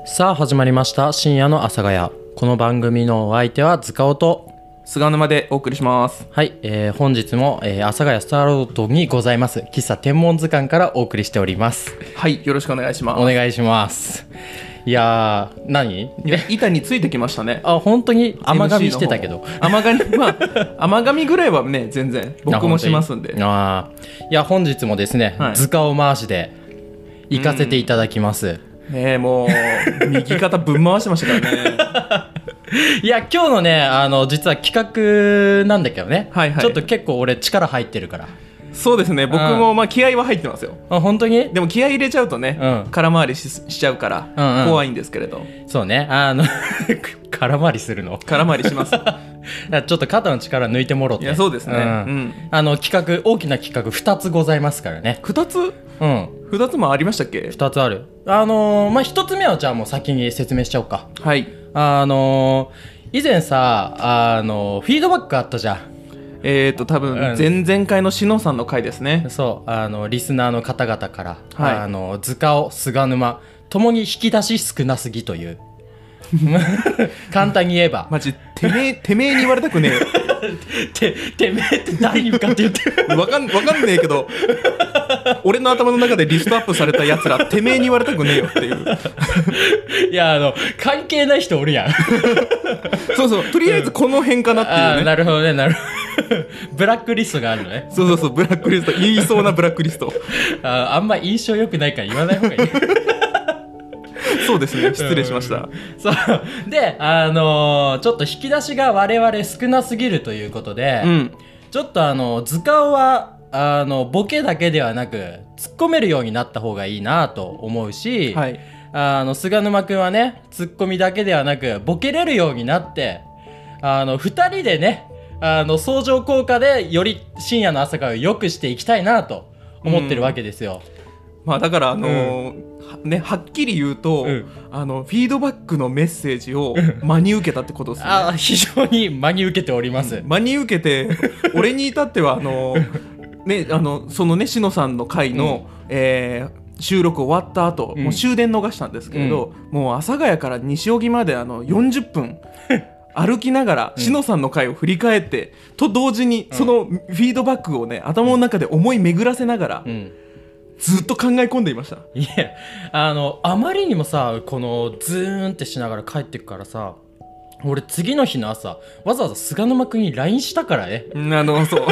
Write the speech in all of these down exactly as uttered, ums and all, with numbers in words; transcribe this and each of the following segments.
さあ始まりました深夜の阿佐ヶ谷。この番組のお相手は塚尾と菅沼でお送りします。 はい、えー、本日も、えー、阿佐ヶ谷スターロードにございます喫茶天文図鑑からお送りしております。 はい、よろしくお願いします。 お願いします。いやー何いや板についてきましたね。 あ、本当に甘噛みしてたけど甘噛みまあ甘噛みぐらいはね全然僕もしますんで。 あいや本日もですね、はい、図鑑回しで行かせていただきます。 ねえもう右肩ぶん回してましたからね。 いや今日のねあの実は企画なんだけどね、はいはい、ちょっと結構俺力入ってるから。 そうですね、僕もまあ気合は入ってますよ。 あ、本当に？ でも気合入れちゃうとね、うん、空回り し, しちゃうから怖いんですけれど、 うんうん、そうね、あの空回りするの空回りします。 ちょっと肩の力抜いてもろって。 いやそうですね、うんうん、 あの企画大きな企画ふたつございますからね。 ふたつ？ うん、 ふたつもありましたっけ？ ふたつある。あのー、まあひとつめはじゃあもう先に説明しちゃおうか。 はい。 あのー、以前さあのー、フィードバックあったじゃん。 えーと多分前々回のしのさんの回ですね、 うん、そうあのリスナーの方々から、はい、あの塚尾菅沼ともに引き出し少なすぎという簡単に言えばマジてめえてめえに言われたくねえて, てめえって誰に向かって言ってるわかんわかんねえけど俺の頭の中でリストアップされたやつらてめえに言われたくねえよっていういやあの関係ない人おるやんそうそうとりあえずこの辺かなっていうね、 あなるほどねなるほどブラックリストがあるのね。 そうそうそうブラックリスト言いそうなブラックリストあ, あんま印象良くないから言わない方がいいそうですね失礼しました。 そうであのー、ちょっと引き出しが我々少なすぎるということで、うん、ちょっとあの図鑑はあのボケだけではなく突っ込めるようになった方がいいなと思うし、はい、あの菅沼くんはね突っ込みだけではなくボケれるようになってあのふたりでねあの相乗効果でより深夜の朝から良くしていきたいなと思ってるわけですよ。 うん、まあだからあのーうん、ねはっきり言うと、うん、あのフィードバックのメッセージを真に受けたってことですね。 あ非常に真に受けております。 うん、真に受けて俺に至ってはあのー、ねあのそのねしのさんの回の、うんえー、収録終わった後、うん、もう終電逃したんですけれど、うん、もう阿佐ヶ谷から西荻まであのよんじゅっぷん歩きながら、うん、しのさんの回を振り返ってと同時にそのフィードバックをね頭の中で思い巡らせながら、うん、ずっと考え込んでいました。 いやあのあまりにもさこのズーンってしながら帰ってくからさ俺次の日の朝わざわざ菅沼くんに ライン したからね。 あのそう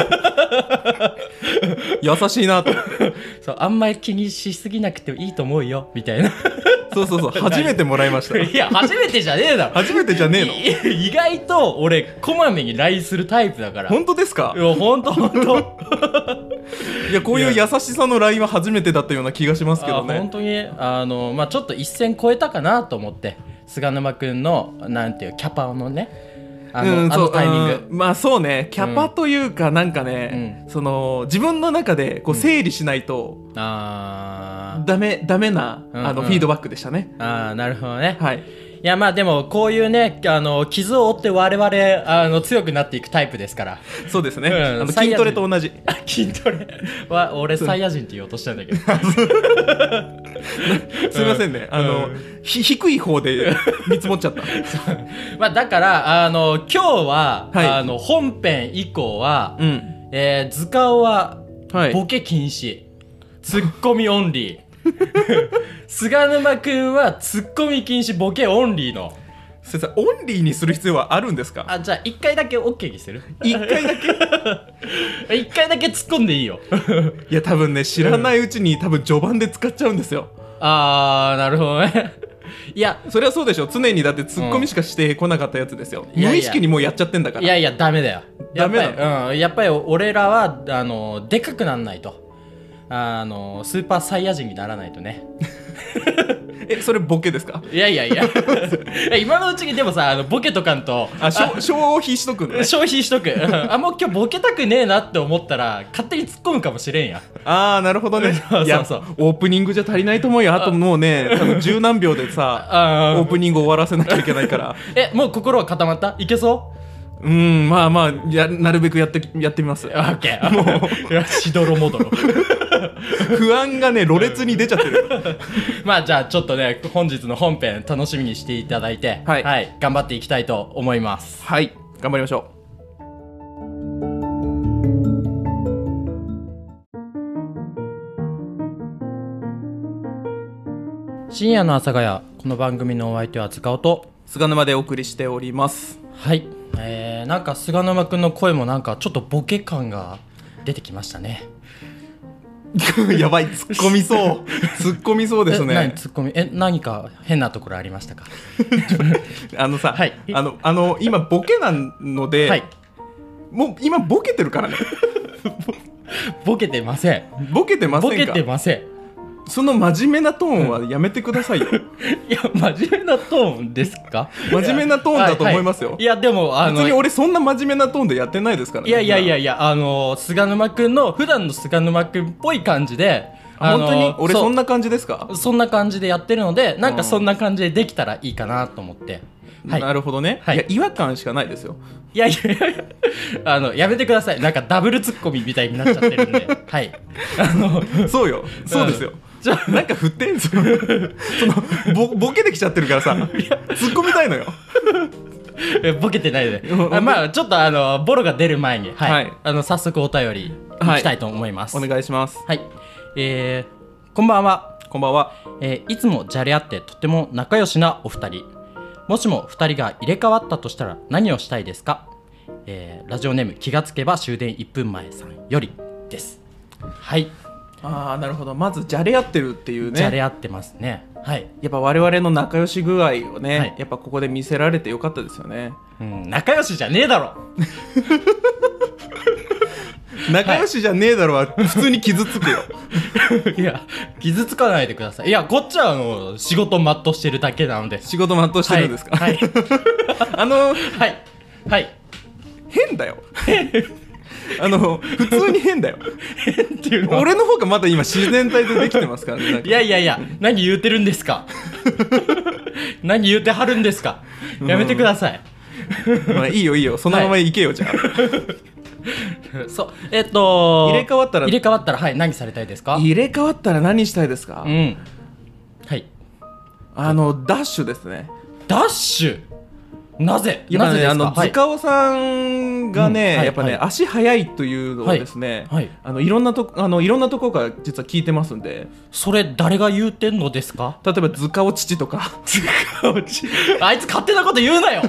優しいなとそうあんまり気にしすぎなくていいと思うよみたいなそうそうそう初めてもらいました。 いや初めてじゃねえだろ初めてじゃねえの意外と俺こまめに ライン するタイプだから。 本当ですか？ いや本当本当いやこういう優しさの ライン は初めてだったような気がしますけどね。 あ本当にあの、まあ、ちょっと一線超えたかなと思って菅沼くんのなんていうキャパのねあ の,、うん、あのタイミング、 うん、まあそうねキャパというかなんかね、うん、その自分の中でこう整理しないと、うん、あダメダメな、うんうん、あのフィードバックでしたね。 あなるほどね。 はい。 いやまあでもこういうねあの傷を負って我々あの強くなっていくタイプですから。 そうですね、うん、あの筋トレと同じ筋トレは俺サイヤ人って言おうとしたんだけどすいませんね、うん、あの、うん、低い方で見積もっちゃったまあだからあの今日は、はい、あの本編以降は、うんえー、図鑑はボケ禁止、はい、ツッコミオンリー菅沼くんはツッコミ禁止ボケオンリーの先生オンリーにする必要はあるんですか？ あじゃあいっかいだけ OK にするいっかいだけいっかいだけ突っ込んでいいよいや多分ね知らないうちに、うん、多分序盤で使っちゃうんですよ。 あーなるほどねいやそれはそうでしょ常にだってツッコミしかしてこなかったやつですよ、うん、無意識にもうやっちゃってんだから。 いやいやダメだよダメなの、うん、やっぱり俺らはあのでかくなんないとあのスーパーサイヤ人にならないとねえそれボケですか？ いやいやいや今のうちにでもさあのボケとかんとあ消費しとくの、ね、 消費しとくあもう今日ボケたくねえなって思ったら勝手に突っ込むかもしれんや。 あーなるほどねいやそうそうオープニングじゃ足りないと思うよ。あともうね多分十何秒でさオープニング終わらせなきゃいけないからえもう心は固まった？いけそう？ うんまあまあやなるべくやってやってみます。 オッケーもうよしどろもどろ不安がねろれつに出ちゃってるまあじゃあちょっとね本日の本編楽しみにしていただいて、 はいはい、頑張っていきたいと思います。 はい頑張りましょう。深夜の阿佐ヶ谷、この番組のお相手は塚尾と菅沼でお送りしております。 はい、えー、なんか菅沼くんの声もなんかちょっとボケ感が出てきましたねやばい突っ込みそう突っ込みそうですね。 え何突っ込みえ何か変なところありましたかあのさ、 はい、 あのあの今ボケなので、はい、もう今ボケてるからねボケてませんボケてませんか。 ボケてません。 その真面目なトーンはやめてくださいよ、うん、 いや真面目なトーンですか。 真面目なトーンだと思いますよ、はいはい、 いやでもあの別に俺そんな真面目なトーンでやってないですからね。 いやいやいやいやあの菅沼くんの普段の菅沼くんっぽい感じで、あの本当に俺そんな感じですか。 そんな感じでやってるので、なんかそんな感じでできたらいいかなと思って、 はい、なるほどね、はい、いや違和感しかないですよ。 いやいやいやあのやめてください。なんかダブルツッコミみたいになっちゃってるんではいあのそうよそうですよ、うんじゃあなんか振ってんそのその ボ, ボケてきちゃってるからさ突っ込みたいのよボケてないであまあちょっとあのボロが出る前に、はいはい、あの早速お便りいきたいと思います、 はい、お願いします。 はい、えー、こんばんは。 こんばんは、 えー、いつもじゃれ合ってとても仲良しなお二人。もしも二人が入れ替わったとしたら何をしたいですか。えー、ラジオネーム気がつけば終電いっぷんまえさんよりです。はい。 ああなるほど。まずじゃれ合ってるっていうね。 じゃれ合ってますね。はい。 やっぱ我々の仲良し具合をね、はい、やっぱここで見せられてよかったですよね。 うん、仲良しじゃねえだろ仲良しじゃねえだろは普通に傷つくよいや傷つかないでください。いやこっちはあの仕事全うしてるだけなので。 仕事全うしてるんですか。はい、はい、あのはいはい変だよあの普通に変だよ変っていうのは俺の方がまだ今自然体でできてますからね。 いやいやいや何言うてるんですか何言うてはるんですか。やめてくださいまあいいよいいよそのまま行けよ、はい、じゃあそうえっと入れ替わったら入れ替わったらはい何されたいですか。 入れ替わったら何したいですか。 うんはいあのダッシュですね。 ダッシュなぜやっぱね、 なぜですか。 あの、はい、塚尾さんがね、うんはい、やっぱね、はい、足速いというのをですね、はいはい、あのいろんなとあのいろんなところから実は聞いてますんで。 それ誰が言うてんのですか。 例えば塚尾父とか塚尾父あいつ勝手なこと言うなよ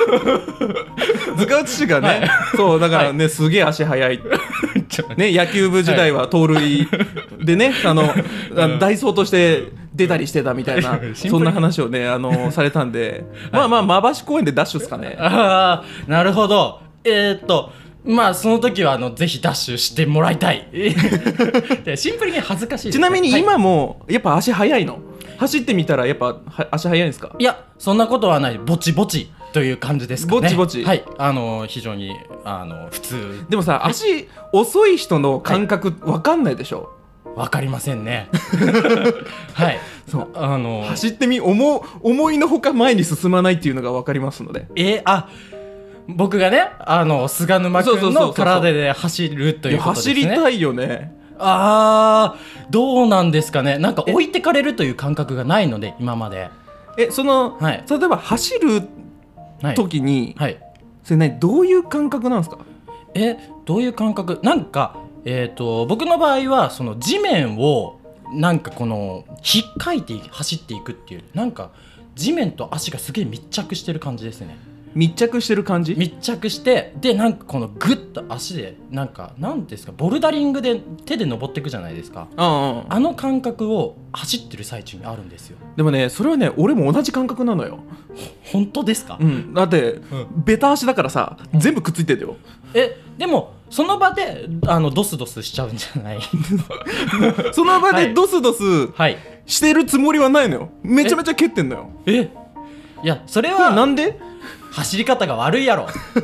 塚尾父がね、はい、そうだからね、はい、すげえ足速いね、野球部時代は盗塁でね、あの、うん、ダイソーとして出たりしてたみたいなそんな話をねあのされたんで、はい、まあまあ馬橋公園でダッシュですかね。 ああなるほど。えー、っとまあその時はあのぜひダッシュしてもらいたいシンプルに恥ずかしいです。 ちなみに今もやっぱ足速いの。走ってみたらやっぱ足速いんですか。 いやそんなことはない。ぼちぼちという感じですかね。 ぼちぼちはいあの非常にあの普通でもさ、はい、足遅い人の感覚わかんないでしょ。 わかりませんねはいそうあの走ってみ思思いのほか前に進まないっていうのがわかりますので。 えー、あ僕がねあの菅沼君の体で走るということですね。 走りたいよね。 あーどうなんですかね。なんか置いてかれるという感覚がないので今まで。 えその、はい、例えば走る時に、はいはい、それ何どういう感覚なんですか。 えどういう感覚なんかえー、と僕の場合はその地面をなんかこの引っかいて走っていくっていうなんか地面と足がすげえ密着してる感じですね。 密着してる感じ。 密着してでなんかこのグッと足でなんかなんですかボルダリングで手で登っていくじゃないですか。 あああの感覚を走ってる最中にあるんですよ。 でもねそれはね俺も同じ感覚なのよ。 本当ですか。 うん、だって、うん、ベタ足だからさ、うん、全部くっついてるよ。 えでもその場であのドスドスしちゃうんじゃないその場でドスドスしてるつもりはないのよ。めちゃめちゃ蹴ってんのよ。 ええいやそれはなんで走り方が悪いやろ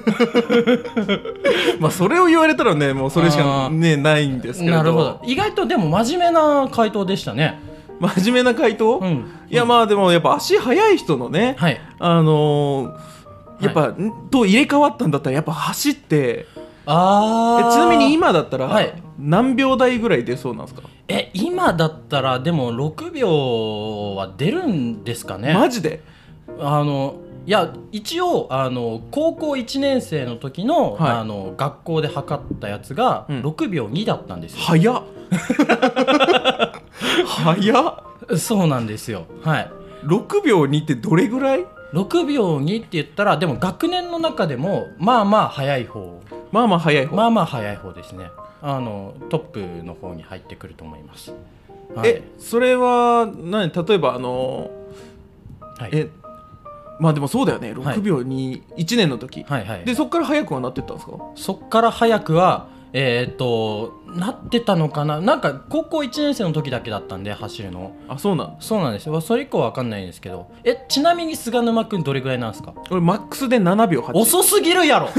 まあそれを言われたらねもうそれしか、ね、ないんですけれど。 なるほど。意外とでも真面目な回答でしたね。 真面目な回答、うん、いやまあでもやっぱ足速い人のね、はい、あのーやっぱ、はい、と入れ替わったんだったらやっぱ走って。 あえちなみに今だったら、 はい、 何秒台ぐらい出そうなんですか？ え今だったらでもろくびょうは出るんですかね。 マジで？ あのいや一応あの高校いちねん生の時の、はい、あの学校で測ったやつがろくびょうにだったんですよ。 早っ早っ。 そうなんですよ。はい。 ろくびょうにってどれぐらい？ ろくびょうにって言ったらでも学年の中でもまあまあ早い方。 まあまあ早い方。 まあまあ早い方ですね。あのトップの方に入ってくると思います。 はい、えそれは何？例えばあの、はい、えまあでもそうだよね。ろくびょうにいちねんの時、はいはいはい、でそっから早くはなってったんですか？ そっから早くはえー、っとなってたのかな。なんか高校いちねん生の時だけだったんで走るの。 あ、そうなんそうなんですよ。それ以降は分かんないんですけど。えちなみに菅沼くんどれぐらいなんですか？ 俺マックスでななびょうはち。 遅すぎるやろ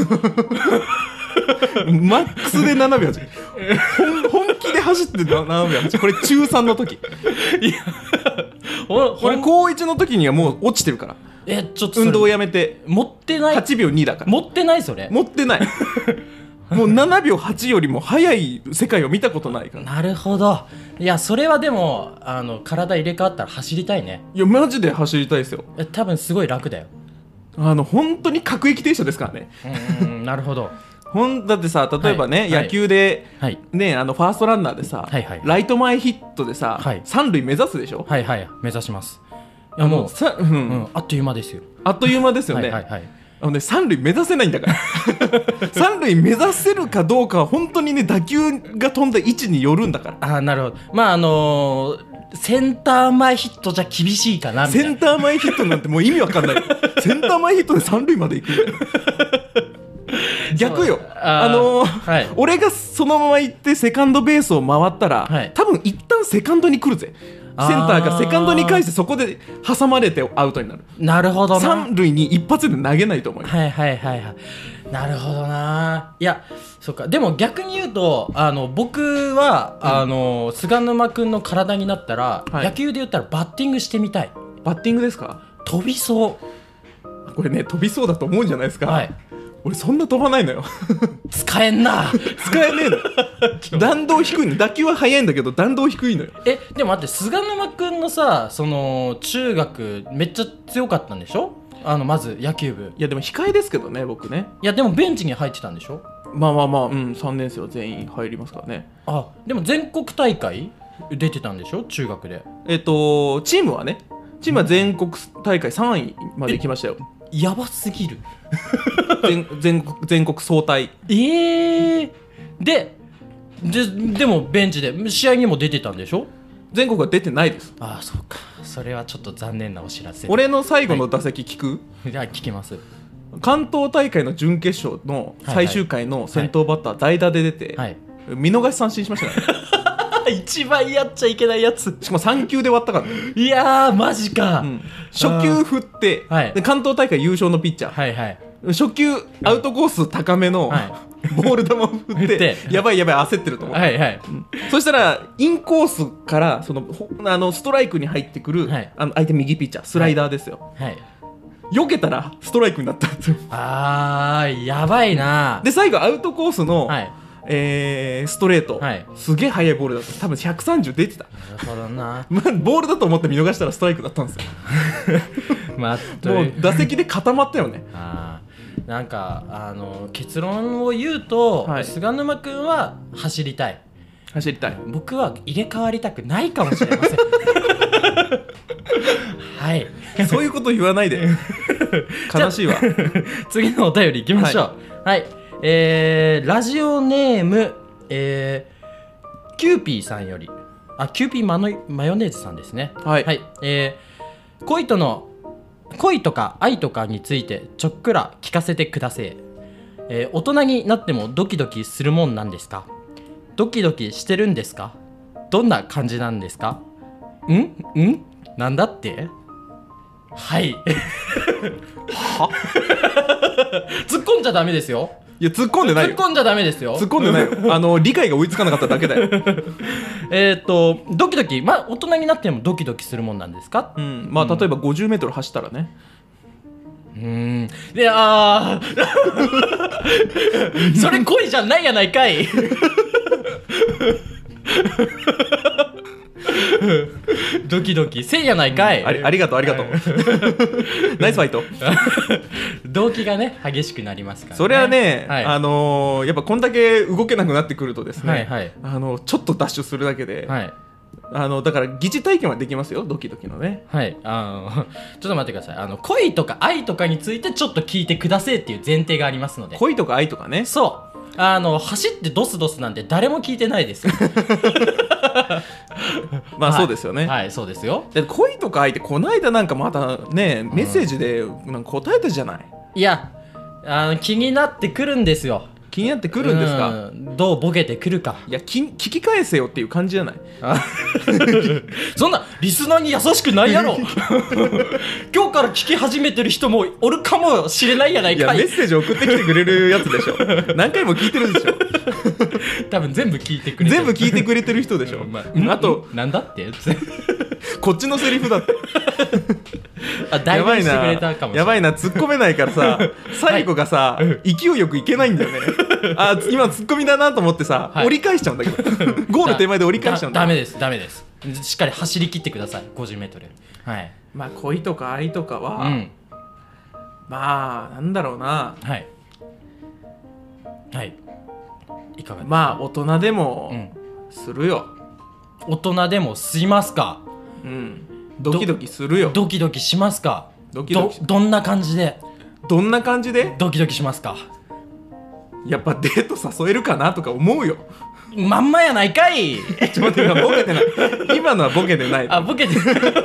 マックスでななびょうはち本, 本気で走ってななびょうはち。これ中さんの時いやこれ高いちの時にはもう落ちてるから。 えちょっと運動をやめて持ってない。 はちびょうにだから持ってない。それ持ってないもうななびょうはちよりも速い世界を見たことないから。 なるほど。いやそれはでもあの体入れ替わったら走りたいね。 いやマジで走りたいですよ。 多分すごい楽だよ。 あの本当に各駅停車ですからね。 うんうんなるほど。 ほんだってさ例えばね、はい、野球で、はい、ねあのファーストランナーでさ、はいはい、ライト前ヒットでさ、はい、三塁目指すでしょ。 はいはい目指します。いやもうさ、うんうん、あっという間ですよ。 あっという間ですよね。はいはい、はい、あのね三塁目指せないんだから三塁目指せるかどうかは本当にね打球が飛んだ位置によるんだから。 あなるほど。まああのーセンター前ヒットじゃ厳しいかなみたいな。 センター前ヒットなんてもう意味わかんないセンター前ヒットで三塁まで行くんだよ逆よ。あ、あのーはい、俺がそのまま行ってセカンドベースを回ったら、はい、多分一旦セカンドに来るぜ。センターがセカンドに返してそこで挟まれてアウトになる。 なるほどな。 三塁に一発で投げないと思うよ。 はいはいはいはい。なるほどな。いやそっか。でも逆に言うとあの僕は、うん、あの菅沼くんの体になったら、はい、野球で言ったらバッティングしてみたい。 バッティングですか？ 飛びそう。 これね飛びそうだと思うんじゃないですか。はい。俺そんな飛ばないのよ使えんな使えねえの弾道低いの。打球は速いんだけど弾道低いのよ。 えでも待って、菅沼くんのさその中学めっちゃ強かったんでしょ？あのまず野球部。 いやでも控えですけどね僕ね。 いやでもベンチに入ってたんでしょ？ まあまあまあうんさんねん生は全員入りますからね。 あでも全国大会出てたんでしょ中学で。 えっとチームはねチームは全国大会さんいまで行きましたよ。 やばすぎる全, 全, 国全国総体。 えー、で, ででもベンチで試合にも出てたんでしょ？ 全国は出てないです。 ああそうか。それはちょっと残念なお知らせ。 俺の最後の打席聞く？ はい、じゃあ聞きます。 関東大会の準決勝の最終回の先頭バッター代打で出て、はいはい、見逃し三振しましたね一番やっちゃいけないやつ。 しかもさんきゅうで終わったからね。 いやーマジか、うん、 初球振って、はい、で関東大会優勝のピッチャー、はいはい、初球アウトコース高めの、はい、ボール球を振ってやばいやばい焦ってると思う、はいはい、うん、そしたらインコースからそのあのストライクに入ってくる、はい、あの相手右ピッチャースライダーですよ、はいはい、避けたらストライクになったんですよ。 あーやばいな。 で最後アウトコースの、はい、えー、ストレート、はい、すげえ速いボールだった。多分ひゃくさんじゅう出てた。 なるほどな、 まあ、ボールだと思って見逃したらストライクだったんですよまあ、もう打席で固まったよね。 あなんかあの結論を言うと、はい、菅沼君は走りたい。 走りたい。 僕は入れ替わりたくないかもしれませんはいそういうこと言わないで悲しいわ次のお便りいきましょう。はい、はい、えー、ラジオネーム、えー、キューピーさんより、あキューピーマノマヨネーズさんですね。はい、はい、えー、恋との恋とか愛とかについてちょっくら聞かせてください。えー、大人になってもドキドキするもんなんですか？ドキドキしてるんですか？どんな感じなんですか？んんなんだってはいは突っ込んじゃダメですよ。 いや突っ込んでないよ。 突っ込んじゃダメですよ。 突っ込んでないよあの理解が追いつかなかっただけだよえっとドキドキ、まあ大人になってもドキドキするもんなんですか？ うん、まあ例えばごじゅうメートル走ったらね、 うーんであーそれ恋じゃないやないかいドキドキせんやないかい、 うん、あ, りありがとうありがとうナイスファイト動機がね激しくなりますからね。 それはね、 はい、 あのー、やっぱこんだけ動けなくなってくるとですね、 はいはい、 あのちょっとダッシュするだけで、 はい、 あのだから疑似体験はできますよ、ドキドキのね。 はいあのちょっと待ってください。あの恋とか愛とかについてちょっと聞いてくださいっていう前提がありますので。 恋とか愛とかね。 そうあの走ってドスドスなんて誰も聞いてないですよまあそうですよね。 はい、はい、そうですよ。 で恋とか愛ってこの間なんかまたねメッセージでなんか答えたじゃない、 うん、いやあの気になってくるんですよ。 気になってくるんですか、 うん、どうボケてくるか。 いやき聞き返せよっていう感じじゃない。 そんなリスナーに優しくないやろ今日から聞き始めてる人もおるかもしれないやないかい。 いやメッセージ送ってきてくれるやつでしょ何回も聞いてるでしょ多分全部聞いてくれてる、 全部聞いてくれてる人でしょ、 まあ、 あとなんだってこっちのセリフだってあ代弁してくれたかもしれない。 やばいな突っ込めないからさ最後がさ、はい、勢いよくいけないんだよねあ今突っ込みだなと思ってさ、はい、折り返しちゃうんだけどゴール手前で折り返しちゃうんだ。 ダメですダメです。しっかり走り切ってください ごじゅうメートル。はい。 まあ恋とか愛とかは、うん、まあなんだろうな。 はいはいいかがですか。 まあ大人でもするよ、 うん、大人でもしますか。 うんドキドキするよ。 ドキドキしますか。 ドキドキど, どんな感じでどんな感じでドキドキしますか。 やっぱデート誘えるかなとか思うよ。 まんまやないかいちょっと待って今ボケてない今のはボケてない。 あボケて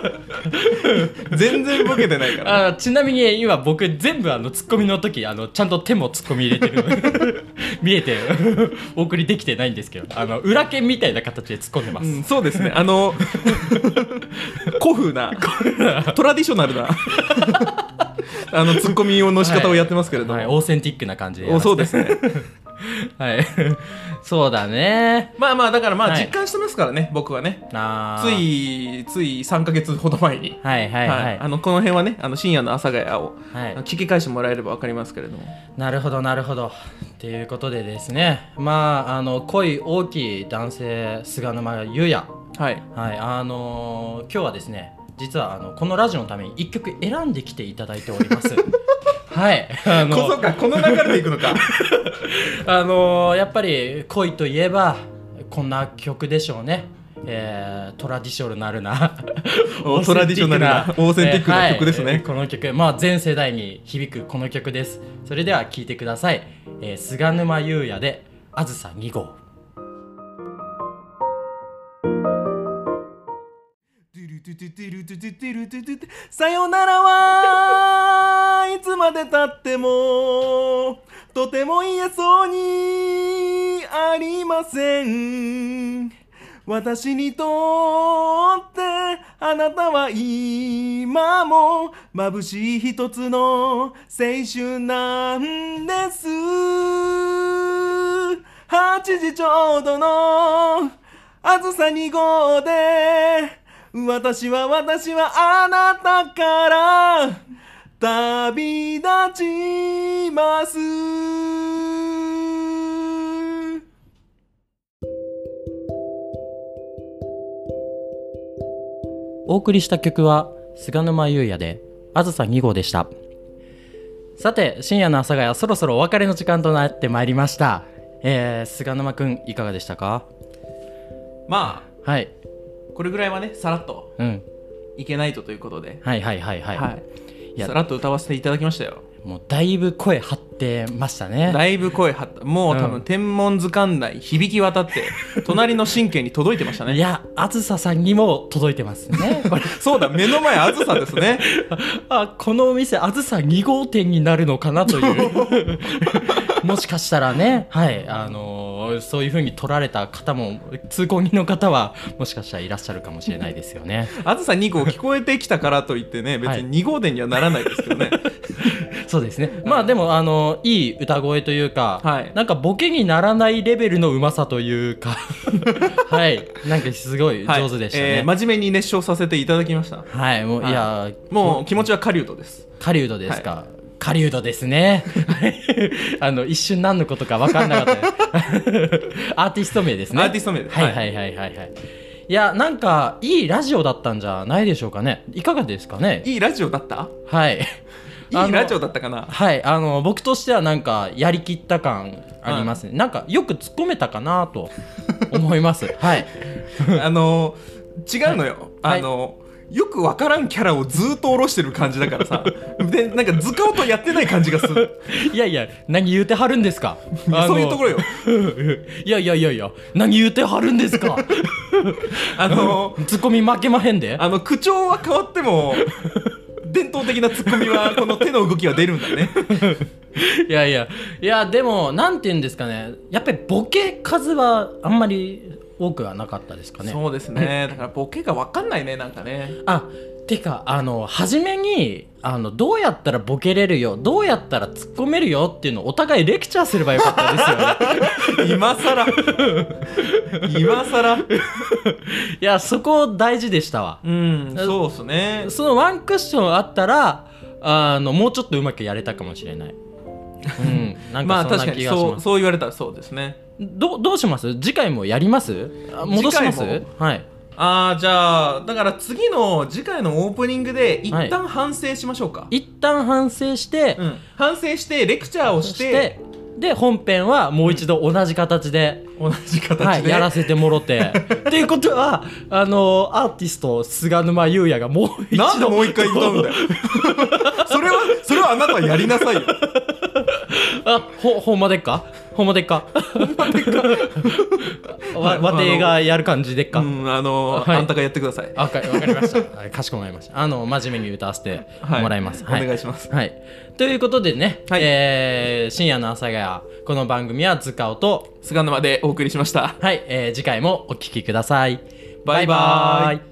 全然ボケてないから、 あちなみに今僕全部あのツッコミの時あのちゃんと手もツッコミ入れてる見えてお送りできてないんですけどあの裏剣みたいな形で突っ込んでます、 うん、そうですねあの古風なトラディショナルなあのツッコミの仕方をやってますけれども、 はいはい、オーセンティックな感じでおそうですねはいそうだね。 まあまあだからまあはい、 実感してますからね僕はね。 あついついさんかげつほど前にはいはいはい、 はい、あのこの辺はねあの深夜の阿佐ヶ谷を、 はい、 聞き返してもらえれば分かりますけれども。 なるほどなるほどっていうことでですね、まああの恋大きい男性菅沼優也、 はいはい、あのー、今日はですね実はあのこのラジオのためにいっきょく選んできていただいておりますはいあのこそかこの流れでいくのかあのー、やっぱり恋といえばこんな曲でしょうね。えー、トラディショナルなトラディショナルなオーセンティックな曲ですね、 えーはい、この曲、まあ、全世代に響くこの曲です。それでは聴いてください、えー、菅沼優也であずさに号。 さよならはいつまでたってもとても言えそうにありません。私にとってあなたは今も眩しい一つの青春なんです。はちじちょうどのあずさに号で私は私はあなたから旅立ちます。 お送りした曲は菅沼優也であずさに号でした。さて深夜の阿佐ヶ谷そろそろお別れの時間となってまいりました、えー、菅沼くんいかがでしたか。 まあはいこれぐらいはねさらっとうんいけないとということで、 はいはいはいはい、はい、 いやさらっと歌わせていただきましたよ。 もうだいぶ声張ってましたね。 だいぶ声張った。もう多分、うん、天文図鑑内響き渡って隣の神経に届いてましたね。 いやあずささんにも届いてますねこれそうだ目の前あずさですねあこのお店あずさに号店になるのかなというもしかしたらねはいあのー、そういう風に取られた方も通行人の方はもしかしたらいらっしゃるかもしれないですよねあずさに号聞こえてきたからといってね別にに号店にはならないですけどね、はいそうですね。まあでもあのいい歌声というか、 はい、 なんかボケにならないレベルのうまさというかはいなんかすごい上手でしたね、はいえー、 真面目に熱唱させていただきました。 はいもう、はい、いやもう気持ちは狩人です。 狩人ですか、は狩人ですねあの一瞬何のことか分かんなかったですアーティスト名ですね。 アーティスト名です。 はいはいはいはいはい。いやなんかいいラジオだったんじゃないでしょうかね。いかがですかね。 いいラジオだった？ はいいいラジオだったかな。 はいあの僕としてはなんかやりきった感ありますね、うん、なんかよく突っ込めたかなと思いますはいあの違うのよ、はい、あの、はい、よくわからんキャラをずっと下ろしてる感じだからさでなんか図鑑とやってない感じがするいやいや何言うてはるんですかそういうところよいやいやいやいや何言うてはるんですかあのツッコミ負けまへんで。 あの口調は変わっても伝統的なツッコミはこの手の動きは出るんだねいやいやいやでもなんて言うんですかね、やっぱりボケ数はあんまり多くはなかったですかね。 そうですねだからボケが分かんないねなんかね。 あてかあの初めにあのどうやったらボケれるよどうやったら突っ込めるよっていうのをお互いレクチャーすればよかったですよね今さら今さらいやそこ大事でしたわ。 うんそうっすね。 そのワンクッションあったらあのもうちょっとうまくやれたかもしれない。うん、なんかそんな気がします。まあ確かにそうそう言われたらそうですね。 ど, どうします？次回もやります？戻します？はい。 あーじゃあだから次の次回のオープニングで一旦反省しましょうか。 はい、一旦反省して、うん、 反省してレクチャーをして、してで本編はもう一度同じ形で、 うん、同じ形で、 はい、やらせてもろてっていうことはあのアーティスト菅沼優也がもう一度なんでもう一回歌うんだよそれはそれはあなたやりなさいよあほほんまでっかほんまでっかほんまでっかわわてがやる感じでっか。 うんあのーはい、あんたがやってください。 あか分かりました、はい、かしこまりました。あの真面目に歌わせてもらいます、 はいはい、お願いします、 はい、ということでね、はいえー、深夜の阿佐ヶ谷この番組は塚尾と菅沼でお送りしました。 はい、えー、次回もお聞きください。 バイバーイ。